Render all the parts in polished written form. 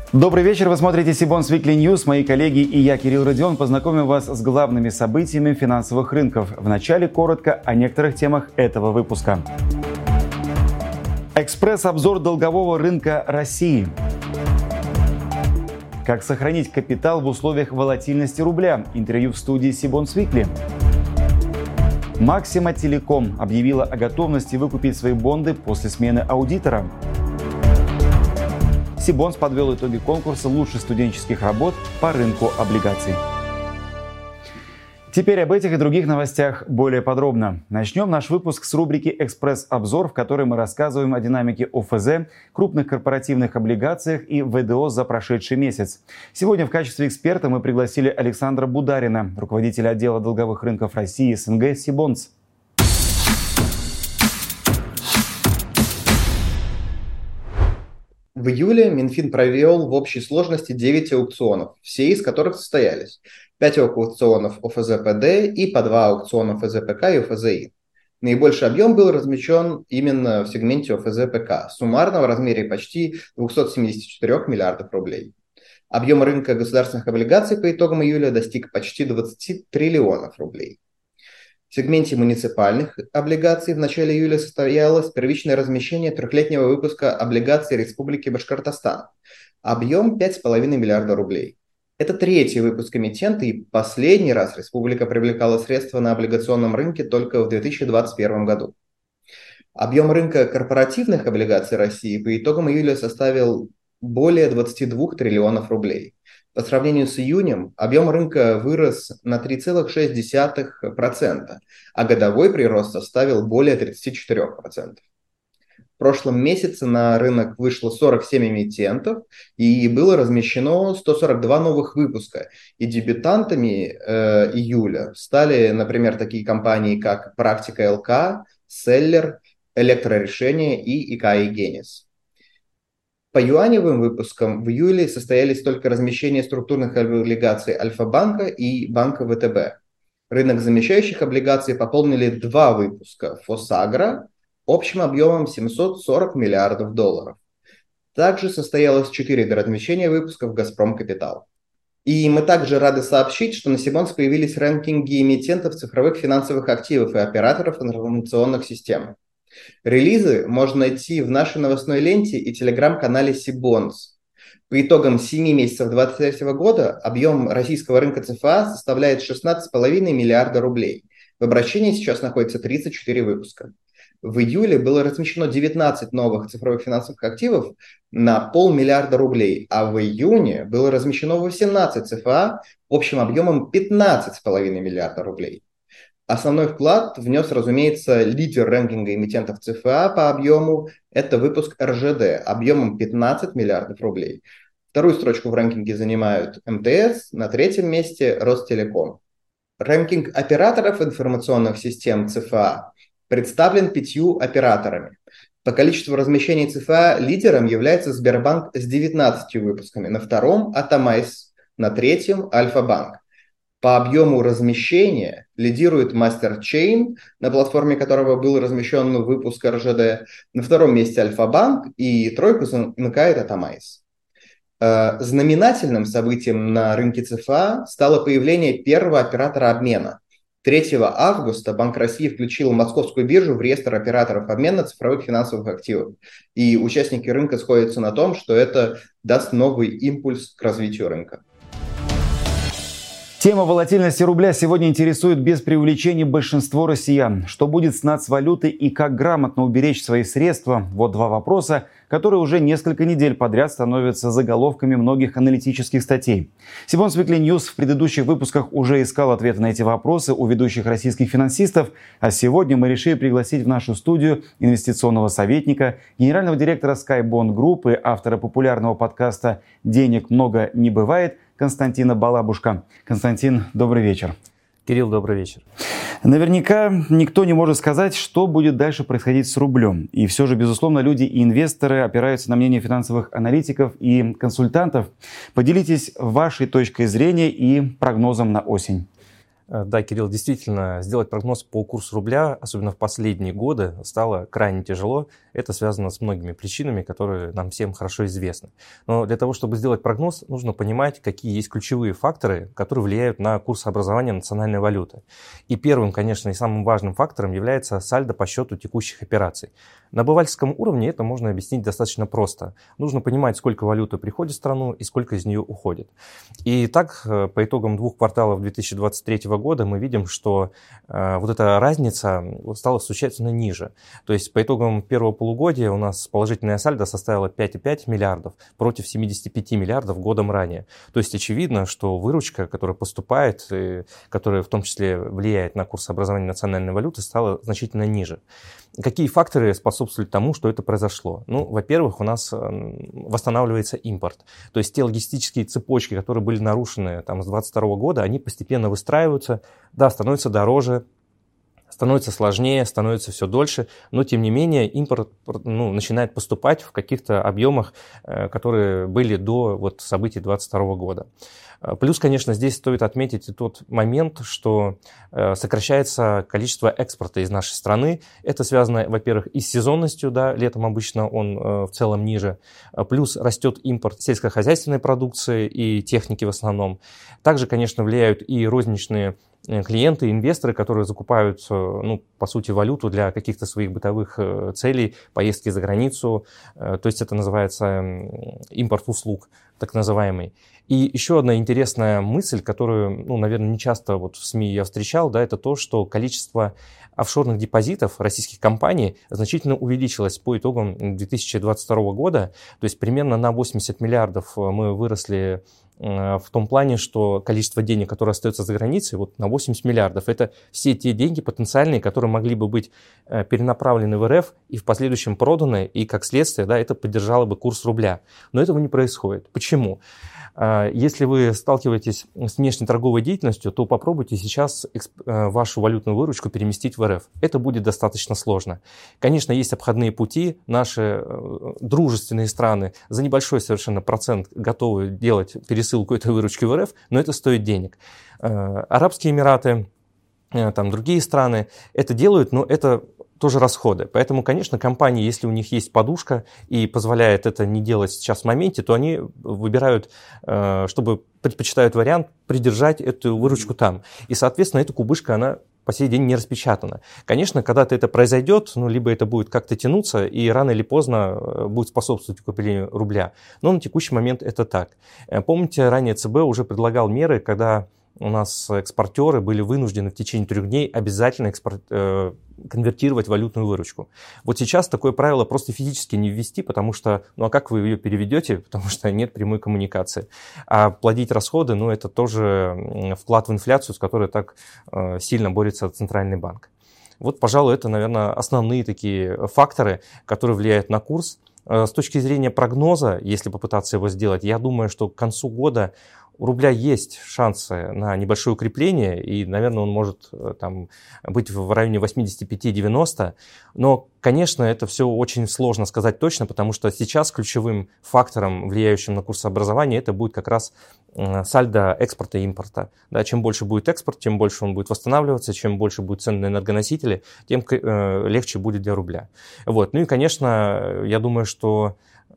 Добрый вечер, вы смотрите Сибонс Weekly News. Мои коллеги и я, Кирилл Родион, познакомим вас с главными событиями финансовых рынков. Вначале коротко о некоторых темах этого выпуска. Экспресс-обзор долгового рынка России. Как сохранить капитал в условиях волатильности рубля? Интервью в студии Сибонс Weekly. Максима Телеком объявила о готовности выкупить свои бонды после смены аудитора. Сибонс подвел итоги конкурса лучших студенческих работ по рынку облигаций. Теперь об этих и других новостях более подробно. Начнем наш выпуск с рубрики «Экспресс-обзор», в которой мы рассказываем о динамике ОФЗ, крупных корпоративных облигациях и ВДО за прошедший месяц. Сегодня в качестве эксперта мы пригласили Александра Бударина, руководителя отдела долговых рынков России и СНГ Сибонс. В июле Минфин провел в общей сложности 9 аукционов, все из которых состоялись 5 аукционов ОФЗ-ПД и по 2 аукциона ОФЗ-ПК и ОФЗ-И. Наибольший объем был размещен именно в сегменте ОФЗ-ПК, суммарно в размере почти 274 миллиардов рублей. Объем рынка государственных облигаций по итогам июля достиг почти 20 триллионов рублей. В сегменте муниципальных облигаций в начале июля состоялось первичное размещение трехлетнего выпуска облигаций Республики Башкортостан. Объем 5,5 миллиарда рублей. Это третий выпуск эмитента, и последний раз республика привлекала средства на облигационном рынке только в 2021 году. Объем рынка корпоративных облигаций России по итогам июля составил более 22 триллионов рублей. По сравнению с июнем объем рынка вырос на 3,6%, а годовой прирост составил более 34%. В прошлом месяце на рынок вышло 47 эмитентов и было размещено 142 новых выпуска. И дебютантами июля стали, например, такие компании, как Практика ЛК, Селлер, Электрорешение и ИК Генис. По юаневым выпускам в июле состоялись только размещение структурных облигаций Альфа-банка и Банка ВТБ. Рынок замещающих облигаций пополнили 2 выпуска Фосагро общим объемом 740 миллиардов долларов. Также состоялось 4 доразмещения выпусков Газпром Капитал. И мы также рады сообщить, что на Сибонс появились рэнкинги эмитентов цифровых финансовых активов и операторов информационных систем. Релизы можно найти в нашей новостной ленте и телеграм-канале Сибонс. По итогам 7 месяцев 2023 года объем российского рынка ЦФА составляет 16,5 миллиарда рублей. В обращении сейчас находится 34 выпуска. В июле было размещено 19 новых цифровых финансовых активов на 500 миллиарда рублей, а в июне было размещено 18 ЦФА общим объемом 15,5 миллиарда рублей. Основной вклад внес, разумеется, лидер рэнкинга эмитентов ЦФА по объему – это выпуск РЖД объемом 15 миллиардов рублей. Вторую строчку в рэнкинге занимают МТС, на третьем месте – Ростелеком. Рэнкинг операторов информационных систем ЦФА представлен 5 операторами. По количеству размещений ЦФА лидером является Сбербанк с 19 выпусками, на втором – Атомайс, на третьем – Альфа-банк. По объему размещения лидирует MasterChain, на платформе которого был размещен выпуск РЖД, на втором месте Альфа-банк и тройку замыкает Атомайс. Знаменательным событием на рынке ЦФА стало появление первого оператора обмена. 3 августа Банк России включил Московскую биржу в реестр операторов обмена цифровых финансовых активов. И участники рынка сходятся на том, что это даст новый импульс к развитию рынка. Тема волатильности рубля сегодня интересует без преувеличений большинство россиян. Что будет с нацвалютой и как грамотно уберечь свои средства? Вот 2 вопроса, которые уже несколько недель подряд становятся заголовками многих аналитических статей. Сибонс Weekly News в предыдущих выпусках уже искал ответы на эти вопросы у ведущих российских финансистов, а сегодня мы решили пригласить в нашу студию инвестиционного советника, генерального директора SkyBond Group и автора популярного подкаста «Денег много не бывает» Константина Балабушка. Константин, добрый вечер. Кирилл, добрый вечер. Наверняка никто не может сказать, что будет дальше происходить с рублем. И все же, безусловно, люди и инвесторы опираются на мнение финансовых аналитиков и консультантов. Поделитесь вашей точкой зрения и прогнозом на осень. Да, Кирилл, действительно, сделать прогноз по курсу рубля, особенно в последние годы, стало крайне тяжело. Это связано с многими причинами, которые нам всем хорошо известны. Но для того, чтобы сделать прогноз, нужно понимать, какие есть ключевые факторы, которые влияют на курс образования национальной валюты. И первым, конечно, и самым важным фактором является сальдо по счету текущих операций. На обывательском уровне это можно объяснить достаточно просто. Нужно понимать, сколько валюты приходит в страну и сколько из нее уходит. И так, по итогам 2 кварталов 2023 года мы видим, что вот эта разница стала существенно ниже. То есть по итогам первого полугодия у нас положительное сальдо составило 5,5 миллиардов против 75 миллиардов годом ранее. То есть очевидно, что выручка, которая поступает, и которая в том числе влияет на курс образования национальной валюты, стала значительно ниже. Какие факторы способствуют тому, что это произошло? Ну, во-первых, у нас восстанавливается импорт. То есть те логистические цепочки, которые были нарушены там, с 2022 года, они постепенно выстраиваются, да, становятся дороже, становится сложнее, становится все дольше, но тем не менее импорт начинает поступать в каких-то объемах, которые были до событий 2022 года. Плюс, конечно, здесь стоит отметить и тот момент, что сокращается количество экспорта из нашей страны. Это связано, во-первых, и с сезонностью, да, летом обычно он в целом ниже. Плюс растет импорт сельскохозяйственной продукции и техники в основном. Также, конечно, влияют и розничные клиенты, инвесторы, которые закупают, по сути, валюту для каких-то своих бытовых целей, поездки за границу. То есть это называется импорт услуг, так называемый. И еще одна интересная мысль, которую, наверное, не часто в СМИ я встречал, да, это то, что количество офшорных депозитов российских компаний значительно увеличилось по итогам 2022 года. То есть примерно на 80 миллиардов мы выросли в том плане, что количество денег, которое остается за границей, на 80 миллиардов, это все те деньги потенциальные, которые могли бы быть перенаправлены в РФ и в последующем проданы, и как следствие, да, это поддержало бы курс рубля. Но этого не происходит. Почему? Если вы сталкиваетесь с внешней торговой деятельностью, то попробуйте сейчас вашу валютную выручку переместить в РФ. Это будет достаточно сложно. Конечно, есть обходные пути. Наши дружественные страны за небольшой совершенно процент готовы делать пересылку этой выручки в РФ, но это стоит денег. Арабские Эмираты, другие страны это делают, но это тоже расходы. Поэтому, конечно, компании, если у них есть подушка и позволяет это не делать сейчас в моменте, то они выбирают, предпочитают вариант придержать эту выручку там. И, соответственно, эта кубышка, она по сей день не распечатана. Конечно, когда-то это произойдет, либо это будет как-то тянуться, и рано или поздно будет способствовать укреплению рубля. Но на текущий момент это так. Помните, ранее ЦБ уже предлагал меры, когда у нас экспортеры были вынуждены в течение 3 дней обязательно конвертировать валютную выручку. Вот сейчас такое правило просто физически не ввести, потому что, а как вы ее переведете, потому что нет прямой коммуникации. А платить расходы, это тоже вклад в инфляцию, с которой так сильно борется Центральный банк. Вот, пожалуй, это, наверное, основные такие факторы, которые влияют на курс. С точки зрения прогноза, если попытаться его сделать, я думаю, что к концу года у рубля есть шансы на небольшое укрепление, и, наверное, он может быть в районе 85-90, но, конечно, это все очень сложно сказать точно, потому что сейчас ключевым фактором, влияющим на курс образования, это будет как раз сальдо экспорта и импорта. Да, чем больше будет экспорт, тем больше он будет восстанавливаться, чем больше будет цены на энергоносители, тем легче будет для рубля. И, конечно, я думаю, что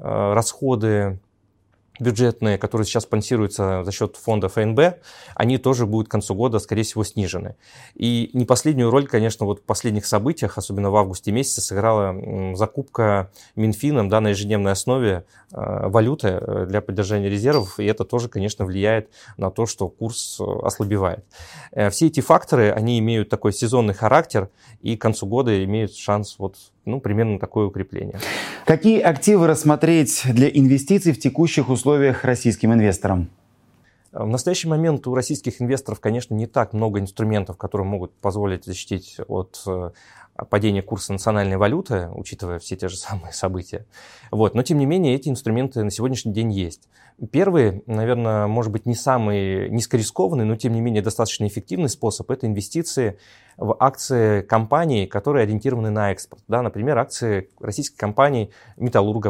расходы бюджетные, которые сейчас спонсируются за счет фонда ФНБ, они тоже будут к концу года, скорее всего, снижены. И не последнюю роль, конечно, в последних событиях, особенно в августе месяце, сыграла закупка Минфином на ежедневной основе валюты для поддержания резервов, и это тоже, конечно, влияет на то, что курс ослабевает. Все эти факторы, они имеют такой сезонный характер, и к концу года имеют шанс примерно такое укрепление. Какие активы рассмотреть для инвестиций в текущих условиях российским инвесторам? В настоящий момент у российских инвесторов, конечно, не так много инструментов, которые могут позволить защитить от падения курса национальной валюты, учитывая все те же самые события. Но, тем не менее, эти инструменты на сегодняшний день есть. Первый, наверное, может быть, не самый низкорискованный, но, тем не менее, достаточно эффективный способ – это инвестиции в акции компаний, которые ориентированы на экспорт. Да, например, акции российских компаний, металлургов,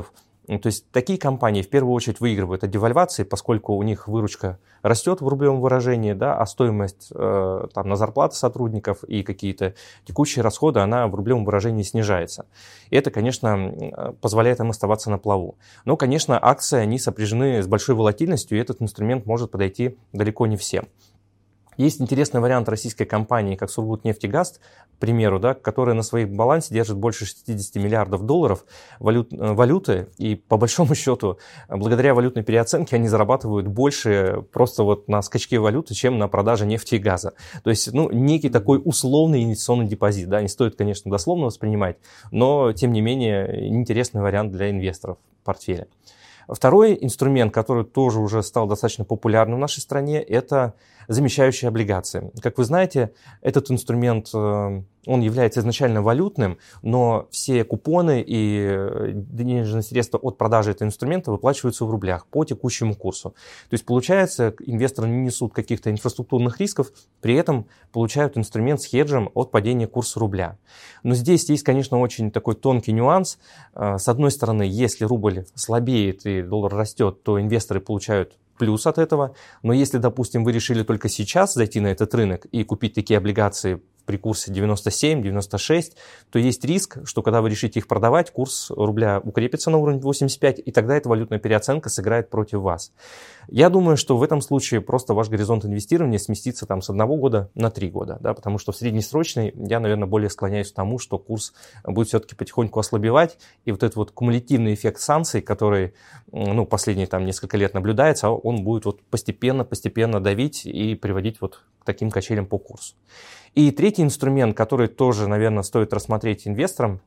То есть такие компании в первую очередь выигрывают от девальвации, поскольку у них выручка растет в рублевом выражении, да, а стоимость там, на зарплаты сотрудников и какие-то текущие расходы, она в рублевом выражении снижается. И это, конечно, позволяет им оставаться на плаву. Но, конечно, акции, они сопряжены с большой волатильностью, и этот инструмент может подойти далеко не всем. Есть интересный вариант российской компании, как Сургутнефтегаз, к примеру, да, которая на своем балансе держит больше 60 миллиардов долларов валюты, и по большому счету, благодаря валютной переоценке, они зарабатывают больше просто вот на скачке валюты, чем на продаже нефти и газа. То есть, некий такой условный инвестиционный депозит, да, не стоит, конечно, дословно воспринимать, но, тем не менее, интересный вариант для инвесторов в портфеле. Второй инструмент, который тоже уже стал достаточно популярным в нашей стране, это замещающие облигации. Как вы знаете, этот инструмент, он является изначально валютным, но все купоны и денежные средства от продажи этого инструмента выплачиваются в рублях по текущему курсу. То есть получается, инвесторы не несут каких-то инфраструктурных рисков, при этом получают инструмент с хеджем от падения курса рубля. Но здесь есть, конечно, очень такой тонкий нюанс. С одной стороны, если рубль слабеет и доллар растет, то инвесторы получают плюс от этого. Но если, допустим, вы решили только сейчас зайти на этот рынок и купить такие облигации при курсе 97-96, то есть риск, что когда вы решите их продавать, курс рубля укрепится на уровне 85, и тогда эта валютная переоценка сыграет против вас. Я думаю, что в этом случае просто ваш горизонт инвестирования сместится там с 1 года на 3 года, да, потому что в среднесрочной я, наверное, более склоняюсь к тому, что курс будет все-таки потихоньку ослабевать, и вот этот вот кумулятивный эффект санкций, который последние там несколько лет наблюдается, он будет вот постепенно давить и приводить вот к таким качелям по курсу. И третий инструмент, который тоже, наверное, стоит рассмотреть инвесторам,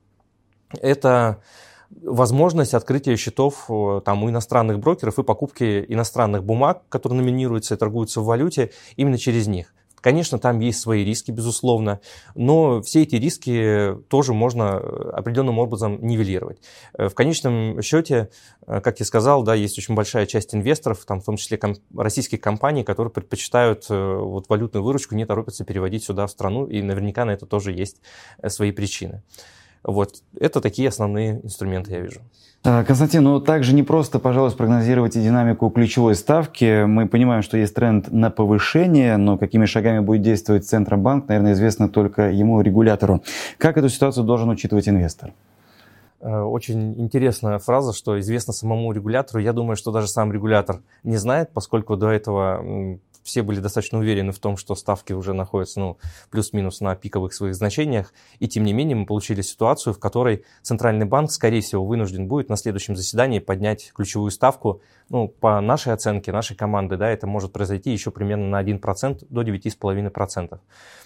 это возможность открытия счетов там, у иностранных брокеров и покупки иностранных бумаг, которые номинируются и торгуются в валюте, именно через них. Конечно, там есть свои риски, безусловно, но все эти риски тоже можно определенным образом нивелировать. В конечном счете, как я сказал, да, есть очень большая часть инвесторов, там, в том числе российских компаний, которые предпочитают вот, валютную выручку, не торопятся переводить сюда в страну, и наверняка на это тоже есть свои причины. Вот, это такие основные инструменты, я вижу. Константин, также не просто, пожалуй, спрогнозировать и динамику ключевой ставки. Мы понимаем, что есть тренд на повышение, но какими шагами будет действовать Центробанк, наверное, известно только ему, регулятору. Как эту ситуацию должен учитывать инвестор? Очень интересная фраза, что известно самому регулятору. Я думаю, что даже сам регулятор не знает, поскольку до этого все были достаточно уверены в том, что ставки уже находятся плюс-минус на пиковых своих значениях. И тем не менее мы получили ситуацию, в которой Центральный банк, скорее всего, вынужден будет на следующем заседании поднять ключевую ставку. По нашей оценке, нашей команды, да, это может произойти еще примерно на 1% до 9,5%.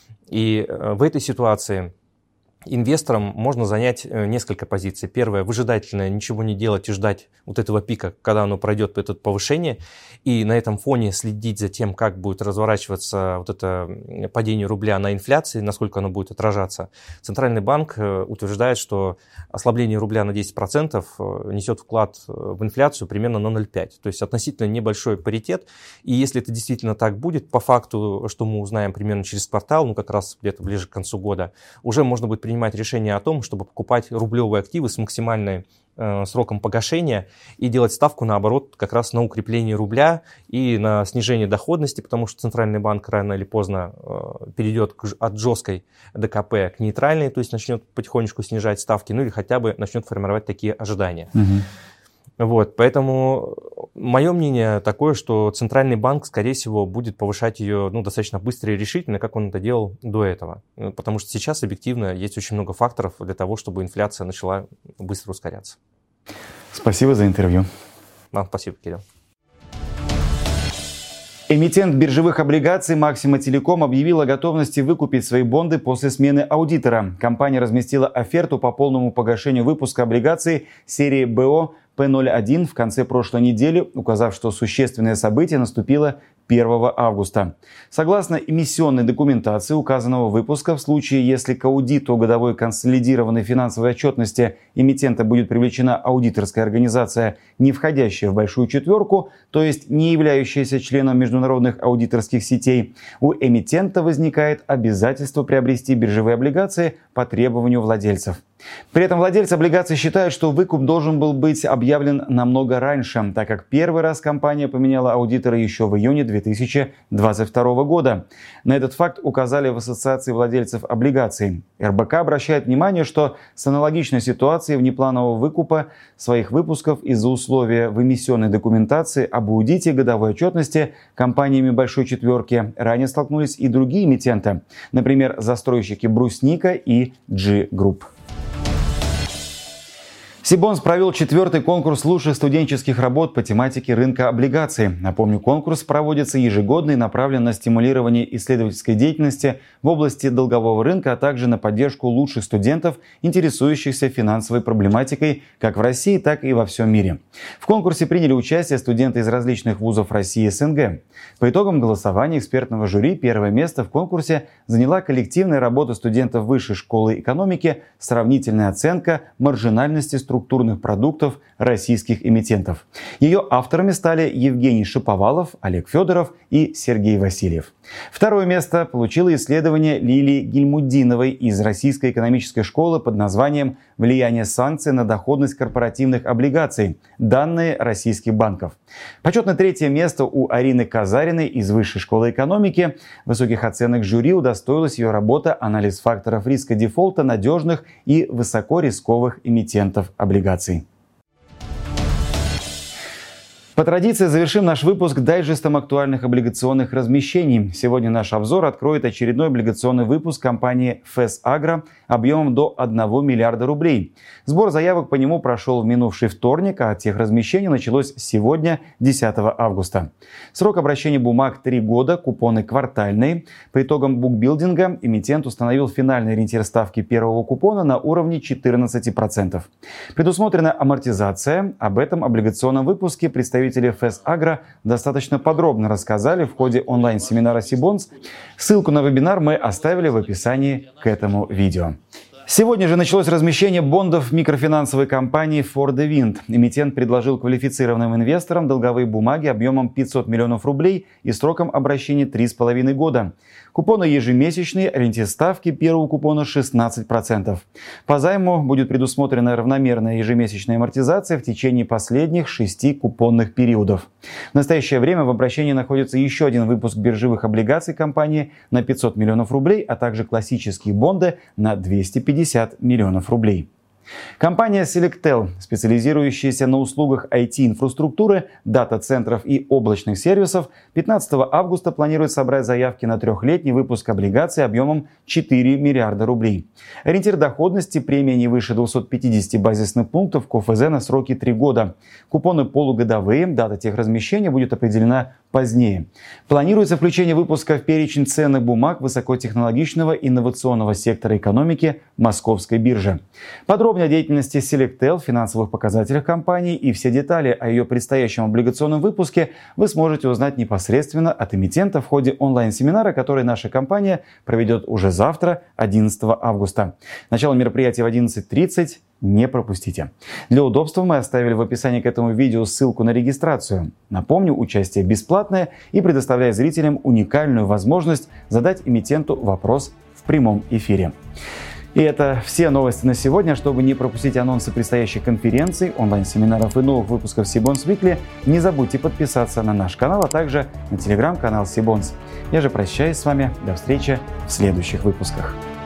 И в этой ситуации инвесторам можно занять несколько позиций. Первое, выжидательное, ничего не делать и ждать вот этого пика, когда оно пройдет, это повышение, и на этом фоне следить за тем, как будет разворачиваться вот это падение рубля на инфляции, насколько оно будет отражаться. Центральный банк утверждает, что ослабление рубля на 10% несет вклад в инфляцию примерно на 0,5, то есть относительно небольшой паритет, и если это действительно так будет, по факту, что мы узнаем примерно через квартал, как раз где-то ближе к концу года, уже можно будет принимать решение о том, чтобы покупать рублевые активы с максимальным сроком погашения и делать ставку, наоборот, как раз на укрепление рубля и на снижение доходности, потому что Центральный банк рано или поздно перейдет от жесткой ДКП к нейтральной, то есть начнет потихонечку снижать ставки, или хотя бы начнет формировать такие ожидания. Вот, поэтому мое мнение такое, что Центральный банк, скорее всего, будет повышать ее достаточно быстро и решительно, как он это делал до этого. Потому что сейчас объективно есть очень много факторов для того, чтобы инфляция начала быстро ускоряться. Спасибо за интервью. Вам спасибо, Кирилл. Эмитент биржевых облигаций Максима Телеком объявил о готовности выкупить свои бонды после смены аудитора. Компания разместила оферту по полному погашению выпуска облигаций серии БО П-01 в конце прошлой недели, указав, что существенное событие наступило 1 августа. Согласно эмиссионной документации указанного выпуска, в случае, если к аудиту годовой консолидированной финансовой отчетности эмитента будет привлечена аудиторская организация, не входящая в большую четверку, то есть не являющаяся членом международных аудиторских сетей, у эмитента возникает обязательство приобрести биржевые облигации по требованию владельцев. При этом владельцы облигаций считают, что выкуп должен был быть объявлен намного раньше, так как первый раз компания поменяла аудитора еще в июне 2022 года. На этот факт указали в Ассоциации владельцев облигаций. РБК обращает внимание, что с аналогичной ситуацией внепланового выкупа своих выпусков из-за условия в эмиссионной документации об аудите годовой отчетности компаниями «Большой четверки» ранее столкнулись и другие эмитенты, например, застройщики «Брусника» и G-Group. Сибонс провел 4-й конкурс лучших студенческих работ по тематике рынка облигаций. Напомню, конкурс проводится ежегодно и направлен на стимулирование исследовательской деятельности в области долгового рынка, а также на поддержку лучших студентов, интересующихся финансовой проблематикой как в России, так и во всем мире. В конкурсе приняли участие студенты из различных вузов России и СНГ. По итогам голосования экспертного жюри первое место в конкурсе заняла коллективная работа студентов Высшей школы экономики «Сравнительная оценка маржинальности структурных продуктов российских эмитентов». Ее авторами стали Евгений Шаповалов, Олег Федоров и Сергей Васильев. Второе место получило исследование Лилии Гильмуддиновой из Российской экономической школы под названием «Влияние санкций на доходность корпоративных облигаций. Данные российских банков». Почетное третье место у Арины Казариной из Высшей школы экономики. Высоких оценок жюри удостоилась ее работа «Анализ факторов риска дефолта надежных и высокорисковых эмитентов облигаций». По традиции завершим наш выпуск дайджестом актуальных облигационных размещений. Сегодня наш обзор откроет очередной облигационный выпуск компании ФЭС Агро объемом до 1 миллиарда рублей. Сбор заявок по нему прошел в минувший вторник, а техразмещение началось сегодня, 10 августа. Срок обращения бумаг 3 года, купоны квартальные. По итогам букбилдинга эмитент установил финальный ориентир ставки первого купона на уровне 14%. Предусмотрена амортизация. Об этом облигационном выпуске представители ФЭС Агро достаточно подробно рассказали в ходе онлайн-семинара Сибонс. Ссылку на вебинар мы оставили в описании к этому видео. Сегодня же началось размещение бондов микрофинансовой компании For the Wind. Эмитент предложил квалифицированным инвесторам долговые бумаги объемом 500 миллионов рублей и сроком обращения 3,5 года. Купоны ежемесячные, ориентир ставки первого купона 16%. По займу будет предусмотрена равномерная ежемесячная амортизация в течение последних 6 купонных периодов. В настоящее время в обращении находится еще один выпуск биржевых облигаций компании на 500 миллионов рублей, а также классические бонды на 250 миллионов рублей. Компания Selectel, специализирующаяся на услугах IT-инфраструктуры, дата-центров и облачных сервисов, 15 августа планирует собрать заявки на трехлетний выпуск облигаций объемом 4 миллиарда рублей. Ориентир доходности премия не выше 250 базисных пунктов к ОФЗ на сроки 3 года. Купоны полугодовые, дата техразмещения будет определена позднее. Планируется включение выпуска в перечень ценных бумаг высокотехнологичного инновационного сектора экономики Московской биржи. Подробнее о деятельности Selectel, финансовых показателях компании и все детали о ее предстоящем облигационном выпуске вы сможете узнать непосредственно от эмитента в ходе онлайн-семинара, который наша компания проведет уже завтра, 11 августа. Начало мероприятия в 11:30. Не пропустите. Для удобства мы оставили в описании к этому видео ссылку на регистрацию. Напомню, участие бесплатное и предоставляет зрителям уникальную возможность задать эмитенту вопрос в прямом эфире. И это все новости на сегодня. Чтобы не пропустить анонсы предстоящих конференций, онлайн-семинаров и новых выпусков Сибонс Weekly, не забудьте подписаться на наш канал, а также на телеграм-канал Сибонс. Я же прощаюсь с вами. До встречи в следующих выпусках.